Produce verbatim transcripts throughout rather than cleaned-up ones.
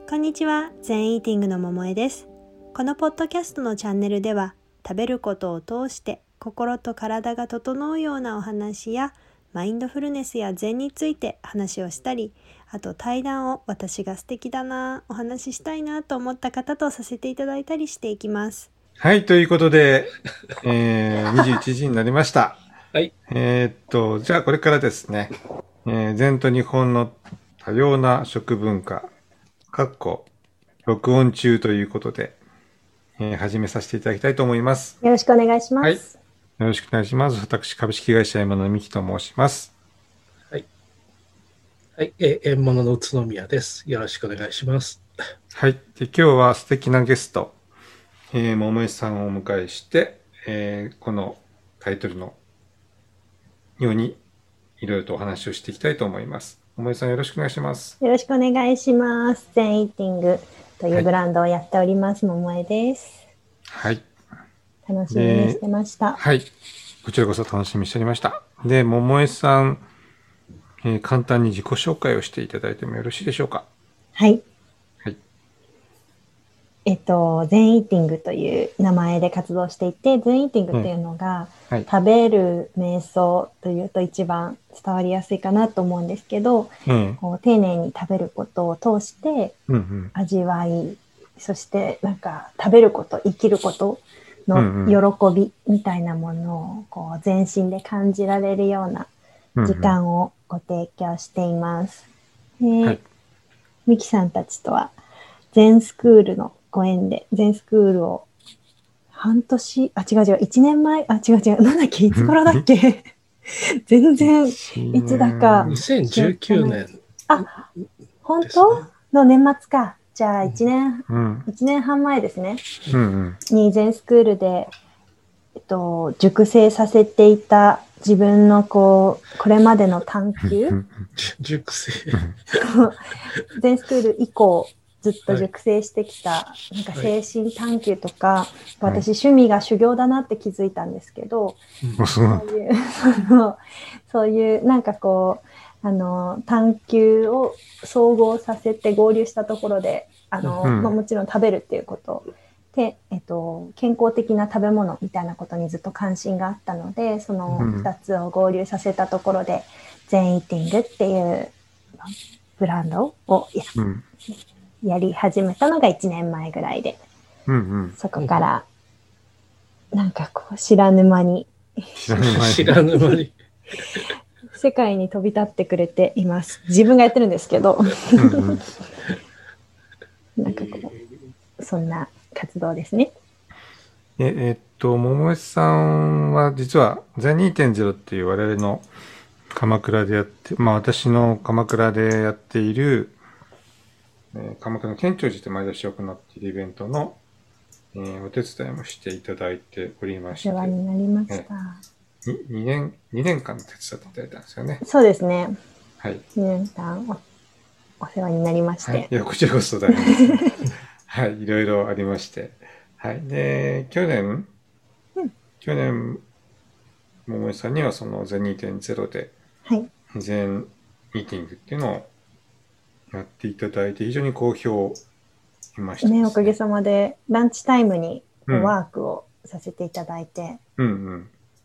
こんにちは、全イーティングの桃江です。このポッドキャストのチャンネルでは、食べることを通して心と体が整うようなお話やマインドフルネスや禅について話をしたり、あと対談を私が素敵だな、お話ししたいなと思った方とさせていただいたりしていきます。 はい、ということで、えー、にじゅういちじになりました。 はい。 えーっと、じゃあこれからですね、えー、禅と日本の多様な食文化、かっこ録音中ということで、えー、始めさせていただきたいと思います。 よろしくお願いします。 はい。よろしくお願いします。私、株式会社山野美希と申します。 はい。はい。えー、縁物の宇都宮です。よろしくお願いします。 はい。で、今日は素敵なゲスト、えー、桃江さんをお迎えして、えー、このタイトルのようにいろいろとお話をしていきたいと思います。桃江さんよろしくお願いします。 よろしくお願いします。全イーティングというブランドをやっております、はい、桃江です。はい。楽しみにしてました。 はい。こちらこそ楽しみにしておりました。で、桃江さん、えー、簡単に自己紹介をしていただいてもよろしいでしょうか。 はい。はい。えっと、全イーティングという名前で活動していて、全イーティングっていうのが、うんはい、食べる瞑想というと一番伝わりやすいかなと思うんですけど、うん、こう丁寧に食べることを通して味わい、うんうん、そしてなんか食べること、生きることの喜びみたいなものをこう全身で感じられるような時間をご提供しています。うんうん、で、はい、ミキさんたちとは全スクールのご縁で全スクールを半年、あ、違う違う、いちねんまえ、あ、違う違う、なんだっけ、いつ頃だっけ全然、いつだか。 にせんじゅうきゅうねん。 あ、本当の年末か。じゃあいちねん、うん、いちねんはん前ですね。うんうん、に全スクールで、えっと、熟成させていた自分のこう、これまでの探求熟成全スクール以降、ずっと熟成してきた、はい、なんか精神探求とか、はい、私趣味が修行だなって気づいたんですけど、はい、そういうそのそういうなんかこうあの探求を総合させて合流したところであの、うんまあ、もちろん食べるっていうことで、えっと、健康的な食べ物みたいなことにずっと関心があったので、そのふたつを合流させたところで、全イーティングっていうブランドをやる、うんやり始めたのがいちねんまえぐらいで、うんうん、そこからなんかこう知らぬ間に知らぬ間に世界に飛び立ってくれています。自分がやってるんですけどうん、うん、なんかこうそんな活動ですね。 ええっと桃江さんは実はゼ にてんゼロ っていう我々の鎌倉でやってまあ私の鎌倉でやっているえー、鎌倉の県庁寺で毎年行っているイベントの、えー、お手伝いもしていただいておりまして。 お世話になりました。 えー、に, 2, 年にねんかんの手伝っていただいたんですよね。 そうですね。 はい。 にねんかん お, お世話になりまして。 はい、いや、こちらこそ大変です、ね。はい、いろいろありまして。はい。で、去年、うん、去年、桃江さんにはそのゼ にてんゼロ で、はい。全ミーティングっていうのをやっていただいて非常に好評いましたね。 ね、おかげさまでランチタイムにワークをさせていただいて、うんうんうん、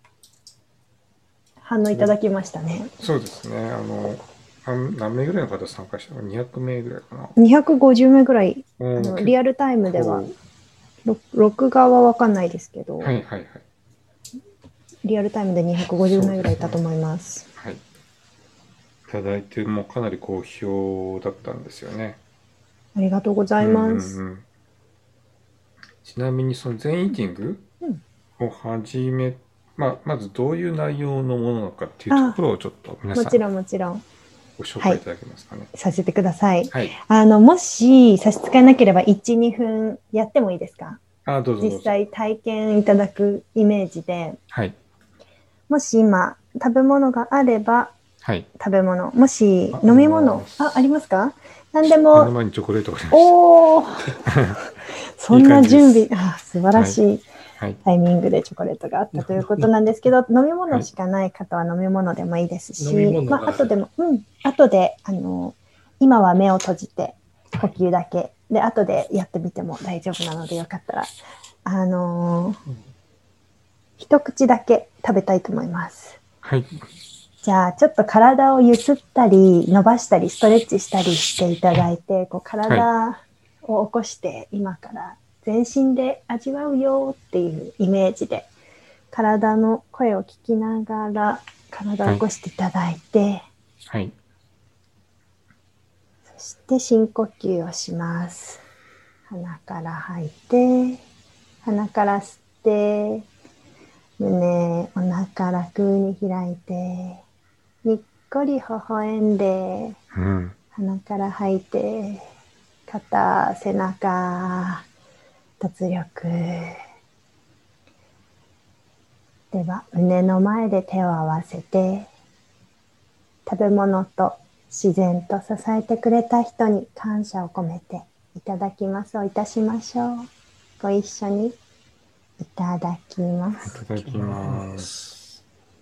反応いただきましたね。 そうですね。あの何名ぐらいの方参加したの？にひゃくめいぐらいかな。 にひゃくごじゅうめいぐらい。あのリアルタイムでは録画は分かんないですけど、はいはいはい、リアルタイムでにひゃくごじゅうめいぐらいいたと思います。 はい。いただいてもかなり好評だったんですよね。 ありがとうございます。うんうんうん、 ちなみにその全イーティングを始め、うんまあ、まずどういう内容のものなのかっていうところをちょっと皆さんもちろんもちろんご紹介いただけますかね。 はい、させてください。はい、あのもし差し支えなければいち、にふんやってもいいですか？ あ、どうぞどうぞ。 実際体験いただくイメージで、はい、もし今食べ物があれば、はい、食べ物もし飲み物 あ, あ, ありますか？何でも。 目の前にチョコレートがありました。 おーそんな準備いいあ素晴らしい、はい、タイミングでチョコレートがあったということなんですけど、飲み物しかない方は飲み物でもいいですし、はいまあ後でもうん後であの今は目を閉じて呼吸だけで、後でやってみても大丈夫なのでよかったら、あのーうん、一口だけ食べたいと思います。 はい。 じゃあ、ちょっと体をゆすったり、伸ばしたり、ストレッチしたりしていただいて、こう体を起こして、今から全身で味わうよっていうイメージで、体の声を聞きながら、体を起こしていただいて、はい。 はい、 そして深呼吸をします。鼻から吐いて、鼻から吸って、胸、お腹楽に開いて、にっこり微笑んで、うん、鼻から吐いて、肩、背中、脱力。では、胸の前で手を合わせて、食べ物と自然と支えてくれた人に感謝を込めて、いただきますをいたしましょう。ご一緒に。いただきます。 いただきます。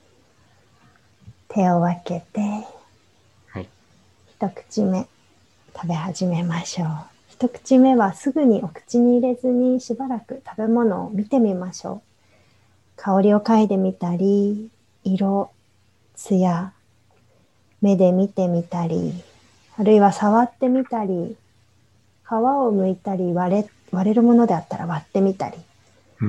手を分けて、 はい、 一口目食べ始めましょう。一口目はすぐにお口に入れずにしばらく食べ物を見てみましょう。香りを嗅いでみたり、色、艶、目で見てみたり、あるいは触ってみたり、皮を剥いたり割れ、割れるものであったら割ってみたり、うん、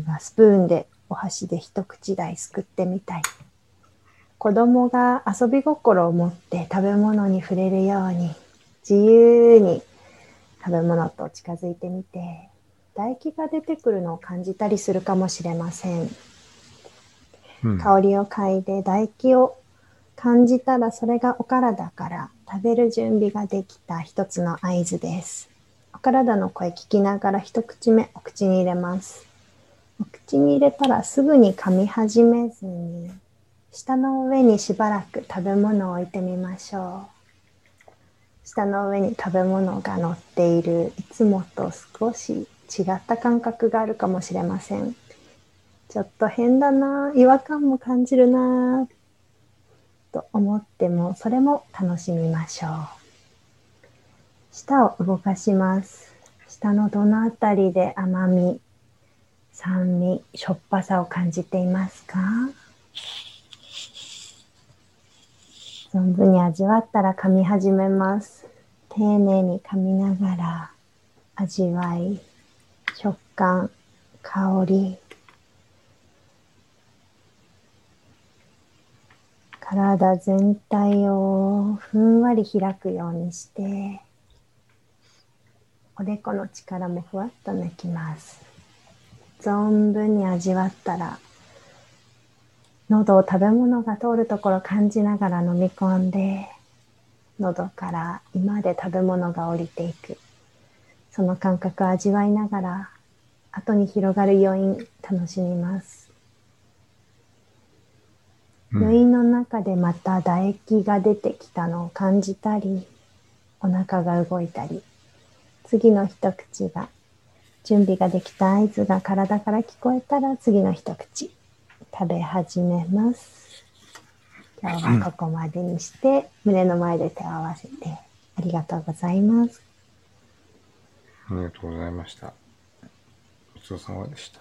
スプーンでお箸で一口大すくってみたり、子供が遊び心を持って食べ物に触れるように自由に食べ物と近づいてみて、唾液が出てくるのを感じたりするかもしれません。うん、香りを嗅いで唾液を感じたら、それがお体から食べる準備ができた一つの合図です。お体の声聞きながら一口目お口に入れます。お口に入れたらすぐに噛み始めずに、舌の上にしばらく食べ物を置いてみましょう。舌の上に食べ物が乗っている、いつもと少し違った感覚があるかもしれません。ちょっと変だな、違和感も感じるなと思っても、それも楽しみましょう。舌を動かします。舌のどのあたりで甘み、酸味、しょっぱさを感じていますか？存分に味わったら噛み始めます。丁寧に噛みながら味わい、食感、香り、体全体をふんわり開くようにして、おでこの力もふわっと抜きます。存分に味わったら、喉を食べ物が通るところを感じながら飲み込んで、喉から胃まで食べ物が降りていく。その感覚を味わいながら、後に広がる余韻楽しみます。うん、余韻の中でまた唾液が出てきたのを感じたり、お腹が動いたり、次の一口が、準備ができた合図が体から聞こえたら、次の一口食べ始めます。今日はここまでにして、うん、胸の前で手を合わせてありがとうございます。 ありがとうございました。ごちそうさまでした。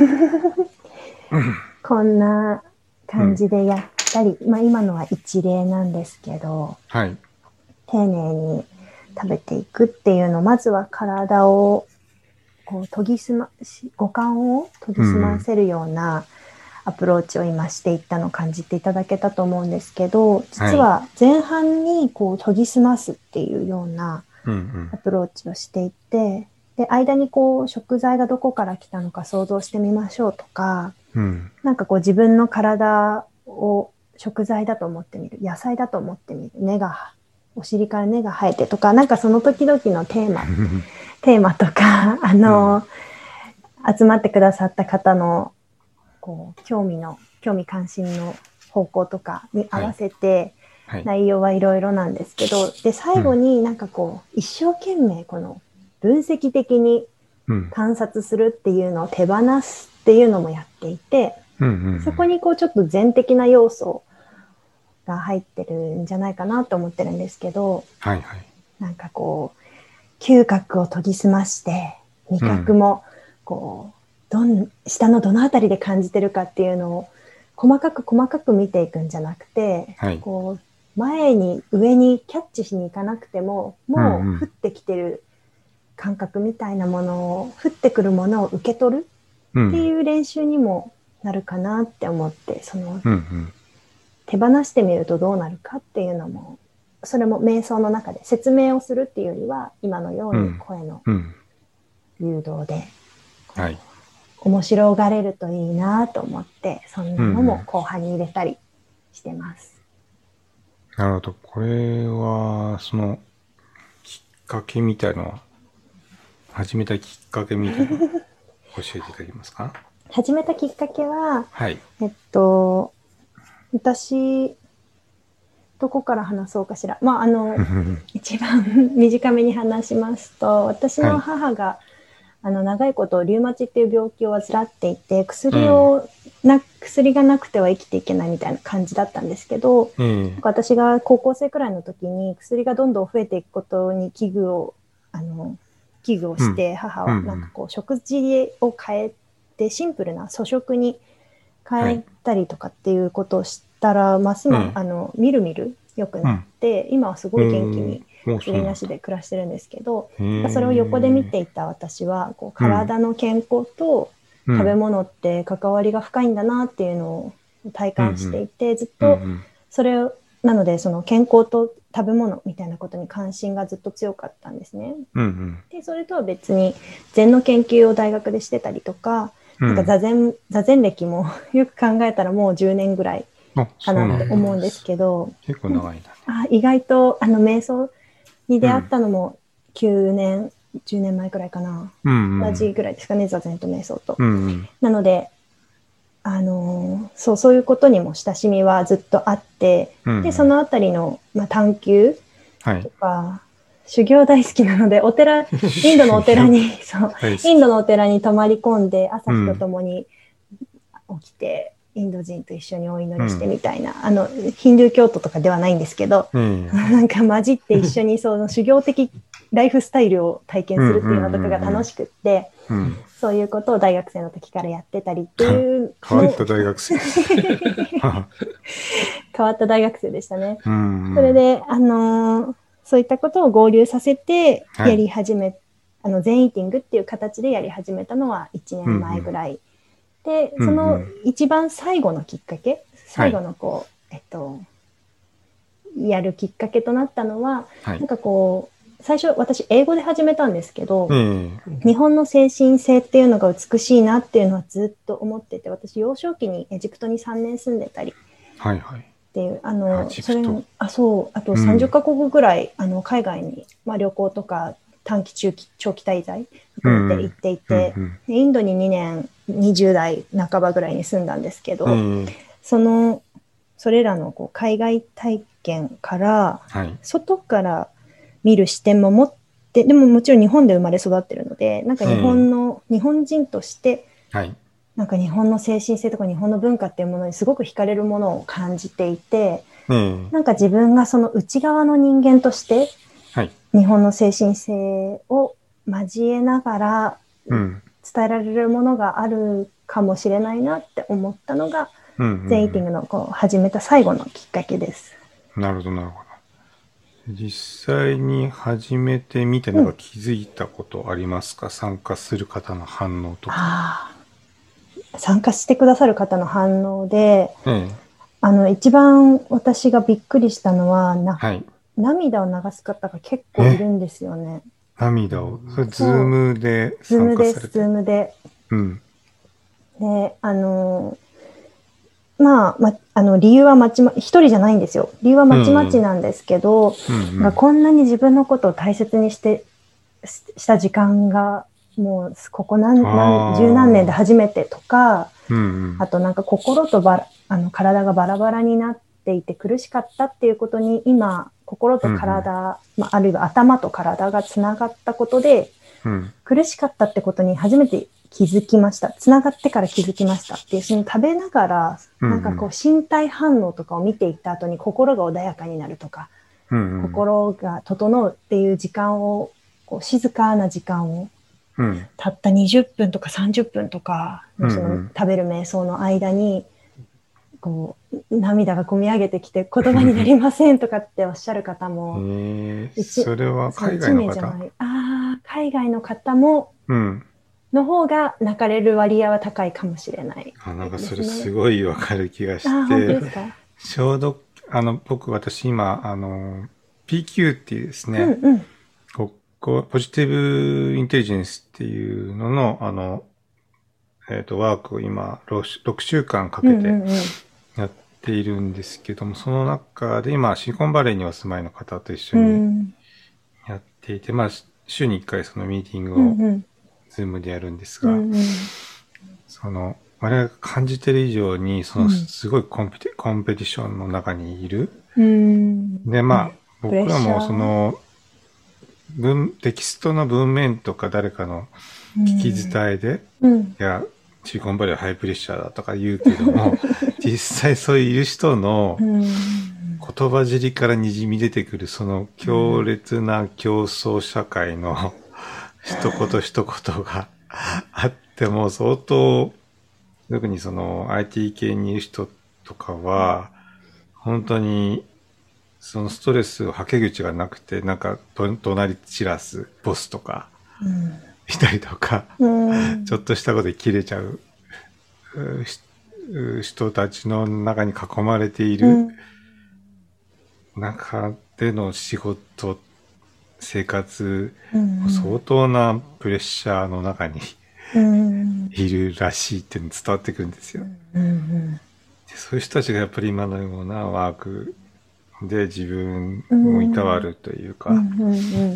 こんな感じでやったり、うん、まあ今のは一例なんですけど、 はい、 丁寧に食べていくっていうの、まずは体をこう研ぎ澄まし、五感を研ぎ澄ませるようなアプローチを今していったのを感じていただけたと思うんですけど、実は前半にこう研ぎ澄ますっていうようなアプローチをしていて、で間にこう食材がどこから来たのか想像してみましょうとか、うん、なんかこう自分の体を食材だと思ってみる、野菜だと思ってみる、根がお尻から根が生えてとか、なんかその時々のテーマテーマとか、あの、うん、集まってくださった方のこう興味の興味関心の方向とかに合わせて、はい、内容はいろいろなんですけど、で最後になんかこう、うん、一生懸命この分析的に観察するっていうのを手放すっていうのもやっていて、うんうんうん、そこにこうちょっと全的な要素が入ってるんじゃないかなと思ってるんですけど、 はいはい、 なんかこう嗅覚を研ぎ澄まして、味覚もこう、どん下のどのあたりで感じてるかっていうのを細かく細かく見ていくんじゃなくて、 はい、 こう前に上にキャッチしに行かなくても、もう降ってきてる感覚みたいなものを、降ってくるものを受け取るっていう練習にもなるかなって思って、その、 うんうん、 手放してみるとどうなるかっていうのも、それも瞑想の中で説明をするっていうよりは、今のように声の誘導で、 うん、はい、 面白がれるといいなと思って、そんなのも後半に入れたりしてます。 うん、なるほど。これは、その、きっかけみたいのは、始めたきっかけみたいなのを教えていただけますか？ 始めたきっかけは、 はい、 えっと、私、どこから話そうかしら。まあ、あの、一番短めに話しますと、私の母が、はい、あの長いことリウマチっていう病気を患っていて、薬をな、うん、薬がなくては生きていけないみたいな感じだったんですけど、うん、なんか私が高校生くらいの時に薬がどんどん増えていくことに危惧をあの危惧をして、うん、母はなんかこう食事を変えてシンプルな粗食に変えたりとかっていうことをしたら、はい、ますます、うん、あのみるみる良くなって、うん、今はすごい元気に薬なしで暮らしてるんですけど、それを横で見ていた私はこう体の健康と食べ物って関わりが深いんだなっていうのを体感していて、ずっとそれをなのでその健康と食べ物みたいなことに関心がずっと強かったんですね。でそれとは別に禅の研究を大学でしてたりとか、なんか座禅、座禅歴もよく考えたらもうじゅうねんぐらいかなって思うんですけど、 結構長いんだね。 あ、意外とあの瞑想に出会ったのもきゅうねん、じゅうねんまえくらいかな、うんうん、同じぐらいですかね、座禅と瞑想と、うんうん、なのであのー、そうそういうことにも親しみはずっとあって、うんうん、でそのあたりの、まあ、探求とか、はい、修行大好きなのでお寺インドのお寺にそうインドのお寺に泊まり込んで朝日とともに起きて、うん、インド人と一緒にお祈りしてみたいな、うん、あのヒンドゥー教徒とかではないんですけど、うん、なんか混じって一緒にその修行的ライフスタイルを体験するっていうのとかが楽しくって、うんうんうん、そういうことを大学生の時からやってたりっていう変わった大学生変わった大学生でしたね、うんうん、それで、あのー、そういったことを合流させてやり始め、はい、あの全イーティングっていう形でやり始めたのはいちねんまえぐらい、うんうん、でその一番最後のきっかけ、最後のこう、はい、えっとやるきっかけとなったのは、はい、なんかこう最初私英語で始めたんですけど、うん、日本の精神性っていうのが美しいなっていうのはずっと思ってて、私幼少期にエジプトにさんねん住んでたりっていう、はいはい、あのそれもあそうあとさんじゅっかこくぐらい、うん、あの海外に、まあ、旅行とか短期中期長期滞在含めて行っていて、うんうん、インドににねんにじゅう代半ばぐらいに住んだんですけど、うん、そのそれらのこう海外体験から、はい、外から見る視点も持って、でももちろん日本で生まれ育ってるので、なんか日本の、うん、日本人として、はい、なんか日本の精神性とか日本の文化っていうものにすごく惹かれるものを感じていて、うん、なんか自分がその内側の人間として、はい、日本の精神性を交えながら伝えられるものがあるかもしれないなって思ったのが、うんうんうん、ゼンイーティングのこう始めた最後のきっかけです。 なるほどなるほど。実際に始めてみてなんか気づいたことありますか、うん、参加する方の反応とか。 あ参加してくださる方の反応で、うん、あの一番私がびっくりしたのはな、はい、涙を流す方が結構いるんですよね。 涙をそれズームで参加されて。 ズームです、ズームで。うん、で、あのまあ、ま、あの理由はまちま一人じゃないんですよ。理由はまちまちなんですけど、うんうん、こんなに自分のことを大切にしてした時間がもうここ何何十何年で初めてとか、うんうん、あとなんか心とばあの体がバラバラになっていて苦しかったっていうことに今心と体、うんうんまあ、あるいは頭と体がつながったことで、うん、苦しかったってことに初めて気づきました。つながってから気づきましたっていう、その食べながら、なんかこう身体反応とかを見ていった後に心が穏やかになるとか、うんうん、心が整うっていう時間をこう静かな時間を、 うん、 たったにじゅっぷんとかさんじゅっぷんとか、 うんうん、 その食べる瞑想の間に、こう涙がこみ上げてきて言葉になりませんとかっておっしゃる方も、 えー、それは海外の方？ あ海外の方も、うん、の方が泣かれる割合は高いかもしれない、ね。 あ、なんかそれすごいわかる気がして、 あ本当ですか？ ちょうどあの僕私今あの ピーキュー っていうですね、 うんうん、 ここポジティブインテリジェンスっていうののあのえっ、ー、とワークを今 6, ろくしゅうかんかけてやっているんですけども、うんうんうん、その中で今シリコンバレーにお住まいの方と一緒にやっていて、うん、まあ週にいっかいそのミーティングを、うんうん、ズームでやるんですが、うんうん、その我々が感じてる以上にそのすごいコンペティ、うん、コンペティションの中にいる、うん、でまあ、うん、僕らもその文テキストの文面とか誰かの聞き伝えで、うん、いやシリコンバレーはハイプレッシャーだとか言うけども実際そういう人の言葉尻からにじみ出てくるその強烈な競争社会の一言一言があっても相当特にその アイティー 系にいる人とかは本当にそのストレスをはけ口がなくてなんかと怒鳴り散らすボスとか、うんいたりとか、うん、ちょっとしたことで切れちゃう人たちの中に囲まれている中での仕事、生活、うん、相当なプレッシャーの中に、うん、いるらしいっていうの伝わってくるんですよ、うんうん、でそういう人たちがやっぱり今のようなワークで自分をいたわるというか、うんうんうん、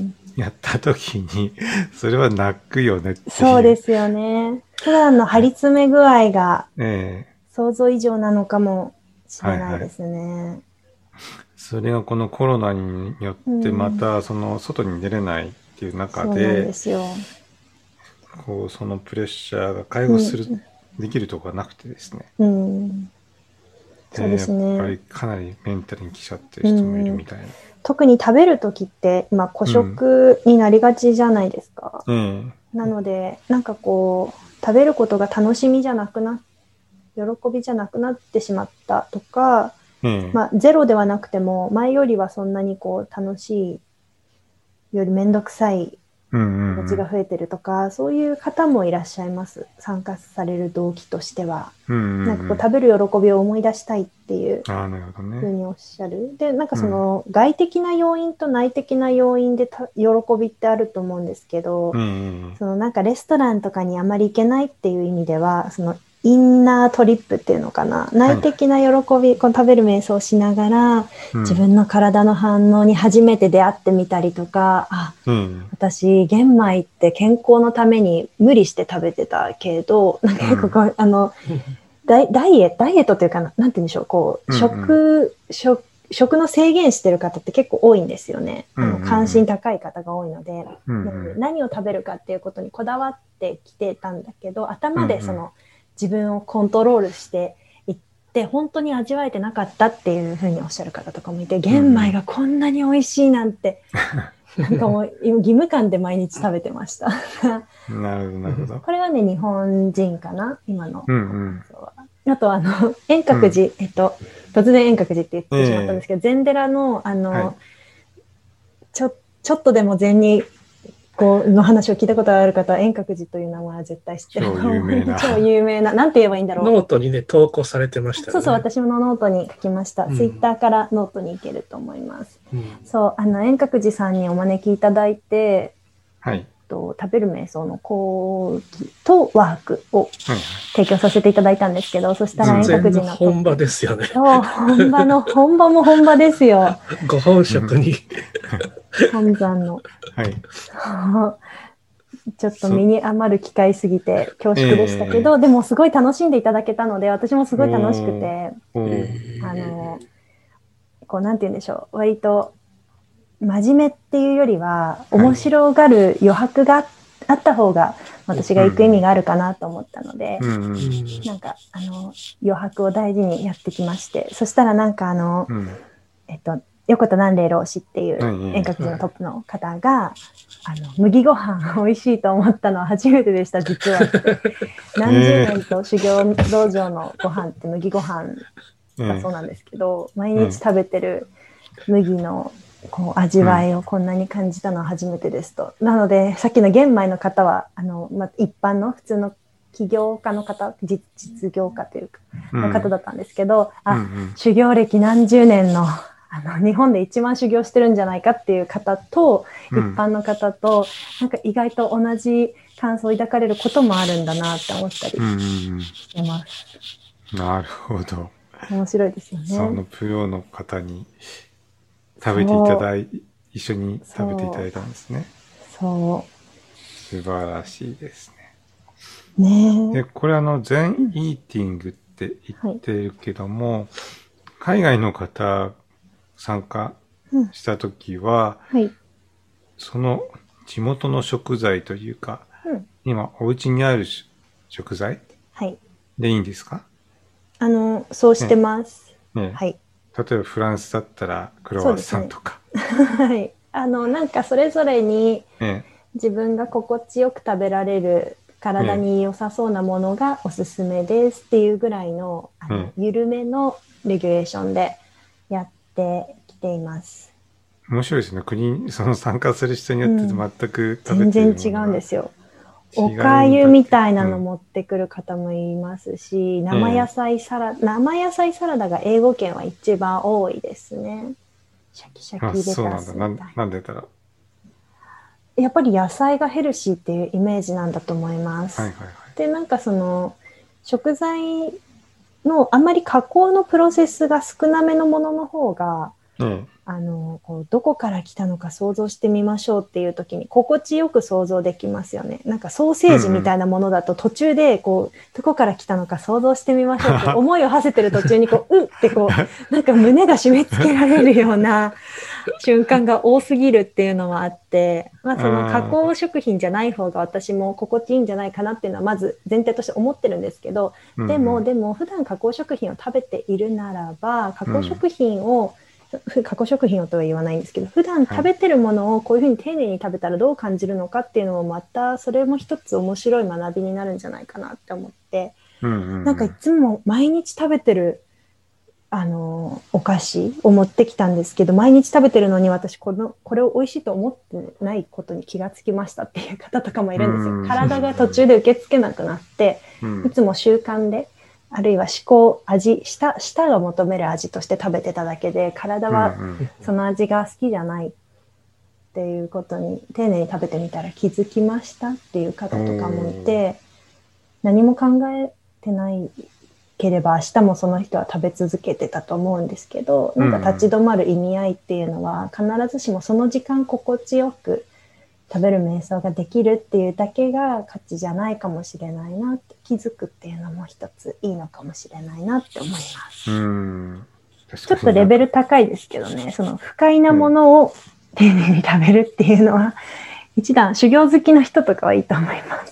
やった時にそれは泣くよねっていう。 そうですよね。普段の張り詰め具合が想像以上なのかもしれないですね、はいはい、 それがこのコロナによってまたその外に出れないっていう中で、うん、そうなんですよ。こうそのプレッシャーが解放する、うん、できるところがなくてですね、うんそうですね、やっぱりかなりメンタルに来ちゃってる人もいるみたいな、うん、 特に食べるときって、まあ、孤食になりがちじゃないですか、うん、なのでなんかこう食べることが楽しみじゃなくな喜びじゃなくなってしまったとか、うんまあ、ゼロではなくても前よりはそんなにこう楽しいよりめんどくさい気持ちが増えてるとか、うんうんうん、そういう方もいらっしゃいます。参加される動機としては、うんうんうん、なんかこう食べる喜びを思い出したいっていうふうにおっしゃる。でなんかその、うん、外的な要因と内的な要因でた喜びってあると思うんですけど、うんうん、そのなんかレストランとかにあまり行けないっていう意味ではそのインナートリップっていうのかな、内的な喜び、はい、この食べる瞑想をしながら、うん、自分の体の反応に初めて出会ってみたりとか、あ、うん、私玄米って健康のために無理して食べてたけど、なんか結構、うん、あのダイ、ダイエダイエットというかな、なんて言うんでしょう、こう、うんうん、食食食の制限してる方って結構多いんですよね。あの関心高い方が多いので、うんうん、なので何を食べるかっていうことにこだわってきてたんだけど、頭でその、うんうん自分をコントロールしていって本当に味わえてなかったっていうふうにおっしゃる方とかもいて、玄米がこんなに美味しいなんて、うん、なんかもう義務感で毎日食べてましたなるほどなるほど。 これはね日本人かな今の、うんうん、あとあの遠隔寺、うん、えっと突然遠隔寺って言ってしまったんですけど、禅、えー、寺のあの、はい、ちょちょっとでも禅にこうの話を聞いたことがある方は遠隔寺という名前は絶対知ってる。 超有名な。 超有名な。なんて言えばいいんだろう。 ノートにね、投稿されてましたよね。 そうそう、私もノートに書きました。うん、ツイッターからノートに行けると思います。うん、そう、あの、遠隔寺さんにお招きいただいて、はい。と食べる瞑想の講義とワークを提供させていただいたんですけど、はい、そしたら遠隔寺の本場ですよね。 そう、本場の、本場も本場ですよ。 ご本職に。 本山の。はい。ちょっと身に余る機会すぎて恐縮でしたけど、えー、でもすごい楽しんでいただけたので、私もすごい楽しくて、あの、こうなんて言うんでしょう、割と真面目っていうよりは面白がる余白があった方が私が行く意味があるかなと思ったので、うん、なんかあの余白を大事にやってきまして、そしたらなんかあの、うん、えっと横田南霊老師っていう遠隔寺のトップの方が、あの麦ご飯美味しいと思ったのは初めてでした、実は。何十年と修行道場のご飯って麦ご飯だそうなんですけど、毎日食べてる麦のこう味わいをこんなに感じたのは初めてですと。なので、さっきの玄米の方は、あの、まあ、一般の普通の起業家の方、実実業家というか、の方だったんですけど、うん、あ、うんうん、修行歴何十年の、あの、日本で一番修行してるんじゃないかっていう方と、うん、一般の方と、なんか意外と同じ感想を抱かれることもあるんだなって思ったりしてます。 うんうんうん、なるほど。 面白いですよね。 そのプロの方に食べていただい、一緒に食べていただいたんですね。 そう。 素晴らしいですね。ねえ。で、これあの、全イーティングって言ってるけども、はい、海外の方参加したときは、うん、はい、その地元の食材というか、うん、今お家にある食材でいいんですか？ あの、そうしてます。ねね、はい。 例えばフランスだったらクロワッサンとか。 はい。あの、なんかそれぞれに自分が心地よく食べられる、体に良さそうなものがおすすめですっていうぐらいの、あの、緩めのレギュレーションでやってきています。 面白いですね。国、その参加する人によって全く食べてる、 うん、全然違うんですよ。おかゆみたいなの持ってくる方もいますし、うん、生野菜サラダ、生野菜サラダが英語圏は一番多いですね。シャキシャキレタスみたいな。あ、そうなんだ。 な、なんでだろう。やっぱり野菜がヘルシーっていうイメージなんだと思います。はいはいはい、で、なんかその食材のあんまり加工のプロセスが少なめのものの方が、うん、あのこうどこから来たのか想像してみましょうっていう時に心地よく想像できますよね。なんかソーセージみたいなものだと途中でこう、うんうん、どこから来たのか想像してみましょうって思いを馳せてる途中にこううってこうなんか胸が締め付けられるような瞬間が多すぎるっていうのはあって、まあ、その加工食品じゃない方が私も心地いいんじゃないかなっていうのはまず前提として思ってるんですけど、うんうん、でもでも普段加工食品を食べているならば加工食品を、うん、加工食品をとは言わないんですけど、普段食べてるものをこういうふうに丁寧に食べたらどう感じるのかっていうのもまたそれも一つ面白い学びになるんじゃないかなって思って、うんうんうん、なんかいつも毎日食べてるあのお菓子を持ってきたんですけど、毎日食べてるのに私このこれを美味しいと思ってないことに気がつきましたっていう方とかもいるんですよ。体が途中で受け付けなくなって、うん、いつも習慣であるいは思考、味、舌、舌が求める味として食べてただけで、体はその味が好きじゃないっていうことに丁寧に食べてみたら気づきましたっていう方とかもいて、何も考えてないければ明日もその人は食べ続けてたと思うんですけど、なんか立ち止まる意味合いっていうのは必ずしもその時間心地よく食べる瞑想ができるっていうだけが価値じゃないかもしれないなって気づくっていうのも一ついいのかもしれないなって思います。うんちょっとレベル高いですけどね、その不快なものを丁寧に食べるっていうのは、うん、一段修行好きの人とかはいいと思います。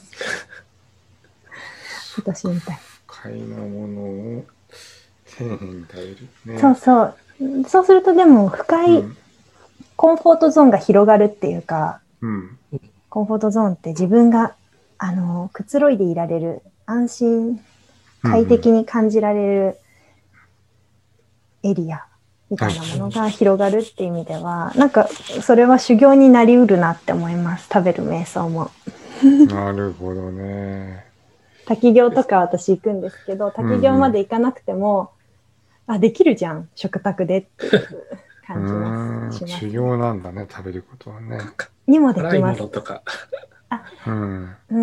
私みたい。 不快なものを丁寧に食べる、ね。 そうそう。そうするとでも不快、うん、コンフォートゾーンが広がるっていうか、うん、コンフォートゾーンって自分があのくつろいでいられる、安心快適に感じられるエリアみたいなものが広がるっていう意味では、なんかそれは修行になりうるなって思います。食べる瞑想も。 なるほどね。 滝行とか私行くんですけど、滝行まで行かなくても、うんうん、あできるじゃん食卓でっていう感じます。 します。修行なんだね、食べることはね。 にもできます。 辛いものとか。 あ、うん、うん、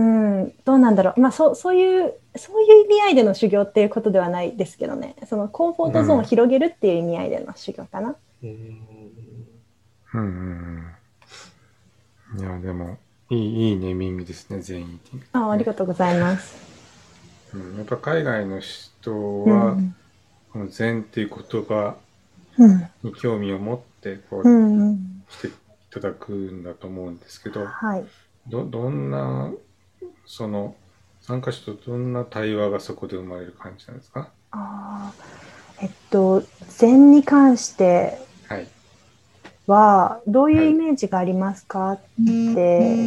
どうなんだろう。まあそうそういうそういう意味合いでの修行っていうことではないですけどね。そのコンフォートゾーンを広げるっていう意味合いでの修行かな。うん、 うん、うん。いやでもいいいいネーミングですね、全員、ね。 あ、ありがとうございます。 うん、やっぱ海外の人は、うん、この禅っていう言葉に興味を持ってこう、うん、していただくんだと思うんですけど、はい、ど, どんなその参加者とどんな対話がそこで生まれる感じなんですか？ あえっと禅に関して、はい、 はどういうイメージがありますかって、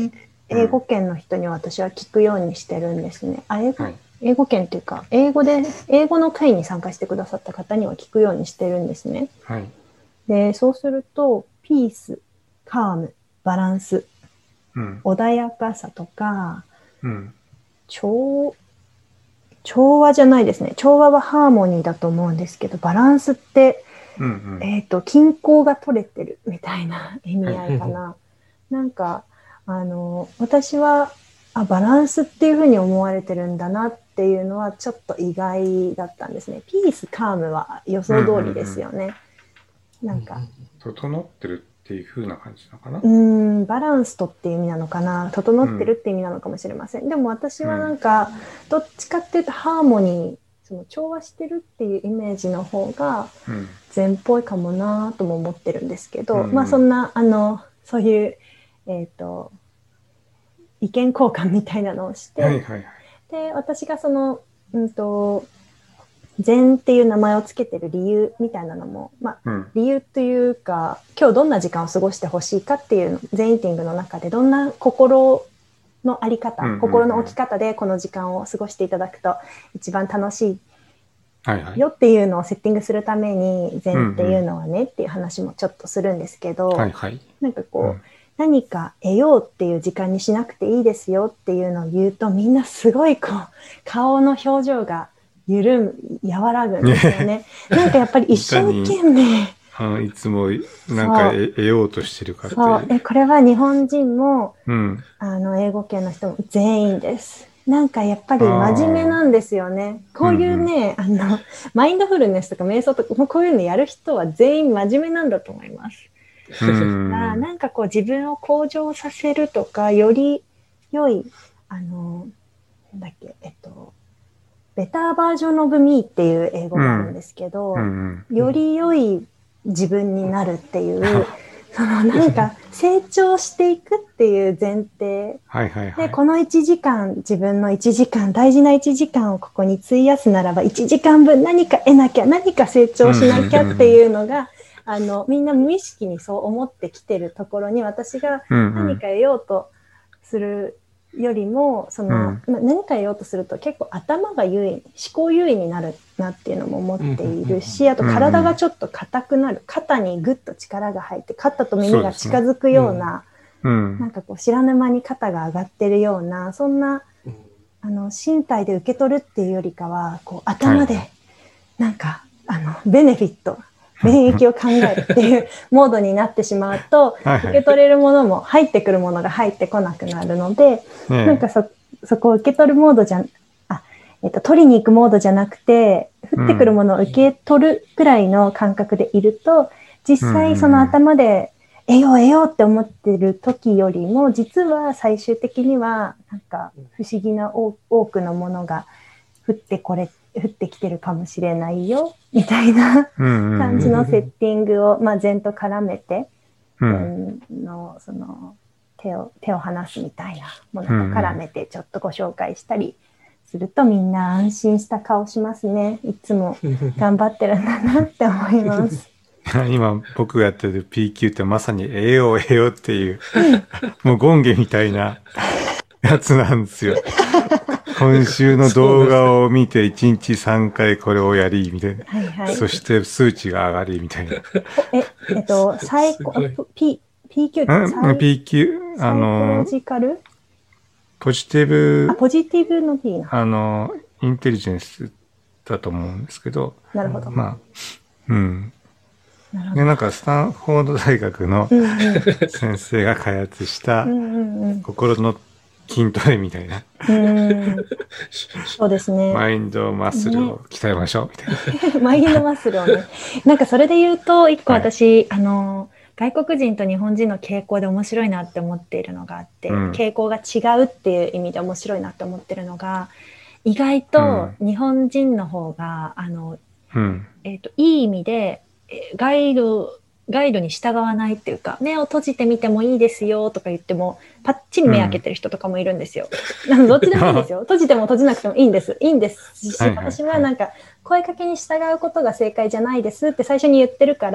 英語圏の人に私は聞くようにしてるんですね。あ、英語、はい、英語圏っていうか、英語で、英語の会に参加してくださった方には聞くようにしてるんですね。 はい、 で、そうすると、ピース、カーム、バランス、うん、穏やかさとか、うん、調、調和じゃないですね。調和はハーモニーだと思うんですけど、バランスって、うんうん、えっと、均衡が取れてるみたいな意味合いかな。なんか、あの、私は、あ、バランスっていうふうに思われてるんだなっていうのはちょっと意外だったんですね。ピース、カームは予想通りですよね。うんうんうん、なんか。 整ってるっていう風な感じなのかな。 うーん、バランスとっていう意味なのかな。整ってるって意味なのかもしれません。うん、でも私はなんか、どっちかっていうとハーモニー、その調和してるっていうイメージの方が善っぽいかもなとも思ってるんですけど、うん、まあそんな、あの、そういう、えっと、意見交換みたいなのをして、はいはいはい、で、私がその、うんと、禅っていう名前をつけてる理由みたいなのも、まあ、うん、理由というか、今日どんな時間を過ごしてほしいかっていう禅イーティングの中で、どんな心のあり方、うんうんうん、心の置き方でこの時間を過ごしていただくと一番楽しいよっていうのをセッティングするために、禅っていうのはねっていう話もちょっとするんですけど、 はいはい、 なんかこう、うん何か得ようっていう時間にしなくていいですよっていうのを言うと、みんなすごいこう、顔の表情が緩む、和らぐんですよね。なんかやっぱり一生懸命。 あいつもなんか得ようとしてるからっていう。 そう。で、これは日本人も、うん、あの、英語圏の人も全員です。なんかやっぱり真面目なんですよね。こういうね、うんうん、あの、マインドフルネスとか瞑想とか、もうこういうのやる人は全員真面目なんだと思います。うんなんかこう自分を向上させるとか、より良い、あの、なんだっけ、えっと、ベターバージョンオブミーっていう英語があるんですけど、うんうん、より良い自分になるっていう、そのなんか成長していくっていう前提。 はいはいはい、 で、このいちじかん、自分のいちじかん、大事ないちじかんをここに費やすならば、いちじかんぶん何か得なきゃ、何か成長しなきゃっていうのが、あの、みんな無意識にそう思ってきてるところに、私が何か得ようとするよりも、その、うん、何か得ようとすると結構頭が優位、思考優位になるなっていうのも思っているし、あと体がちょっと硬くなる。肩にグッと力が入って、肩と耳が近づくような、う、ねうん、なんかこう知らぬ間に肩が上がってるような、そんな、あの、身体で受け取るっていうよりかは、こう頭で、なんか、はい、あの、ベネフィット、免疫を考えるっていうモードになってしまうと、はいはい、受け取れるものも入ってくるものが入ってこなくなるので、ね、なんかそ、そこを受け取るモードじゃ、あ、えっと、取りに行くモードじゃなくて、降ってくるものを受け取るくらいの感覚でいると、実際その頭で得よう得ようって思ってる時よりも、実は最終的には、なんか不思議な多くのものが降ってこれ、降ってきてるかもしれないよ、みたいな感じのセッティングを、まあ、禅と絡めて、禅の、その、手を、手を離すみたいなものと絡めて、ちょっとご紹介したりすると、みんな安心した顔しますね。いつも頑張ってるんだなって思います。 今、僕がやってる ピーキュー ってまさに、ええよ、ええよっていう、もうゴンゲみたいなやつなんですよ。今週の動画を見ていちにちさんかいこれをやり、みたいな。はいはい、そして数値が上がり、みたいな。 え、えっと、最高、P、ピーキュー ってピーキュー、あの、 サイコロジカルポジティブ、 あ、ポジティブの P な。 あの、インテリジェンスだと思うんですけど。 なるほど。 まあ、うん。なるほど。で、なんかスタンフォード大学の先生が開発した心の筋トレみたいな。 うんそうですね。 マインドマッスルを鍛えましょうみたいな。 ね、マインドマッスルをね。なんかそれで言うと、一個私、はい、あの、外国人と日本人の傾向で面白いなって思っているのがあって、うん、傾向が違うっていう意味で面白いなって思ってるのが、意外と日本人の方が、あの、うん、えっと、いい意味で、ガイド、ガイドに従わないっていうか、目を閉じてみてもいいですよとか言っても、パッチリ目開けてる人とかもいるんですよ。うん、どっちでもいいんですよ。閉じても閉じなくてもいいんです。いいんですし、はいはいはい、私はなんか、声かけに従うことが正解じゃないですって最初に言ってるから、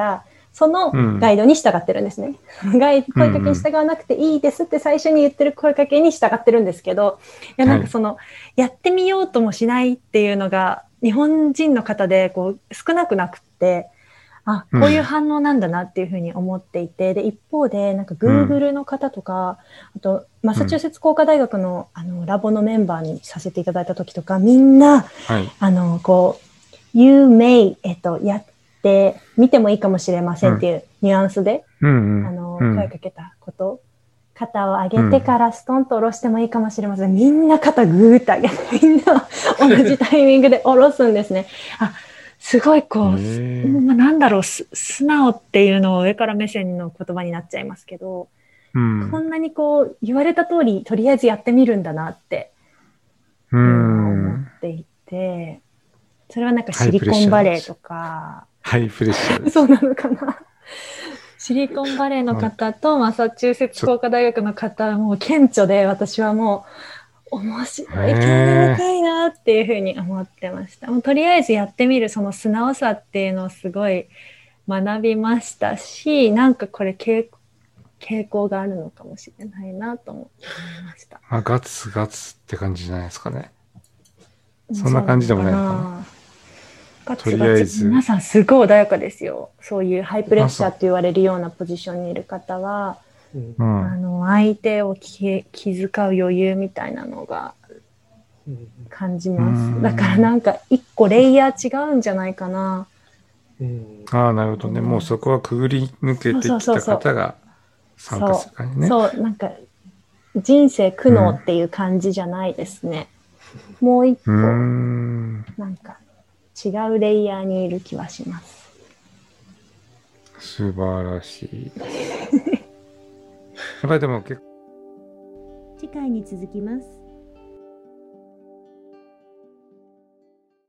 そのガイドに従ってるんですね。うん、ガイ声かけに従わなくていいですって最初に言ってる声かけに従ってるんですけど、いやなんかその、はい、やってみようともしないっていうのが日本人の方でこう少なくなくって、あ、こういう反応なんだなっていうふうに思っていて、うん、で、一方で、なんか Google の方とか、うん、あと、マサチューセッツ工科大学の、あの、ラボのメンバーにさせていただいた時とか、みんな、はい、あの、こう、You may、えっと、やってみてもいいかもしれませんっていうニュアンスで、うんうん、あの、声かけたこと、肩を上げてからストンと下ろしてもいいかもしれません。みんな肩ぐーっと上げて、みんな同じタイミングで下ろすんですね。あ、すごいこう、まあ、なんだろう、素直っていうのを上から目線の言葉になっちゃいますけど、うん、こんなにこう言われた通りとりあえずやってみるんだなって思っていて、それはなんかシリコンバレーとか、 ハイプレッシャーです。 そうなのかな。シリコンバレーの方とマサチューセッツ工科大学の方はもう顕著で、私はもう面白い、興味深いなっていうふうに思ってました。もうとりあえずやってみるその素直さっていうのをすごい学びましたし、なんかこれ傾向、傾向があるのかもしれないなと思いました。 まあ、ガツガツって感じじゃないですかね。そんな感じでもないのかな。 ガツガツ、とりあえず皆さんすごい穏やかですよ。そういうハイプレッシャーって言われるようなポジションにいる方は、うん、あの相手を気遣う余裕みたいなのが感じます。だからなんか一個レイヤー違うんじゃないかな。 うん、ああ、なるほどね。もうそこはくぐり抜けてきた方が参加する感じね。 そう、そう、なんか人生苦悩っていう感じじゃないですね。うん、もう一個、うんなんか違うレイヤーにいる気はします。 素晴らしい。やっぱりでも結構次回に続きます。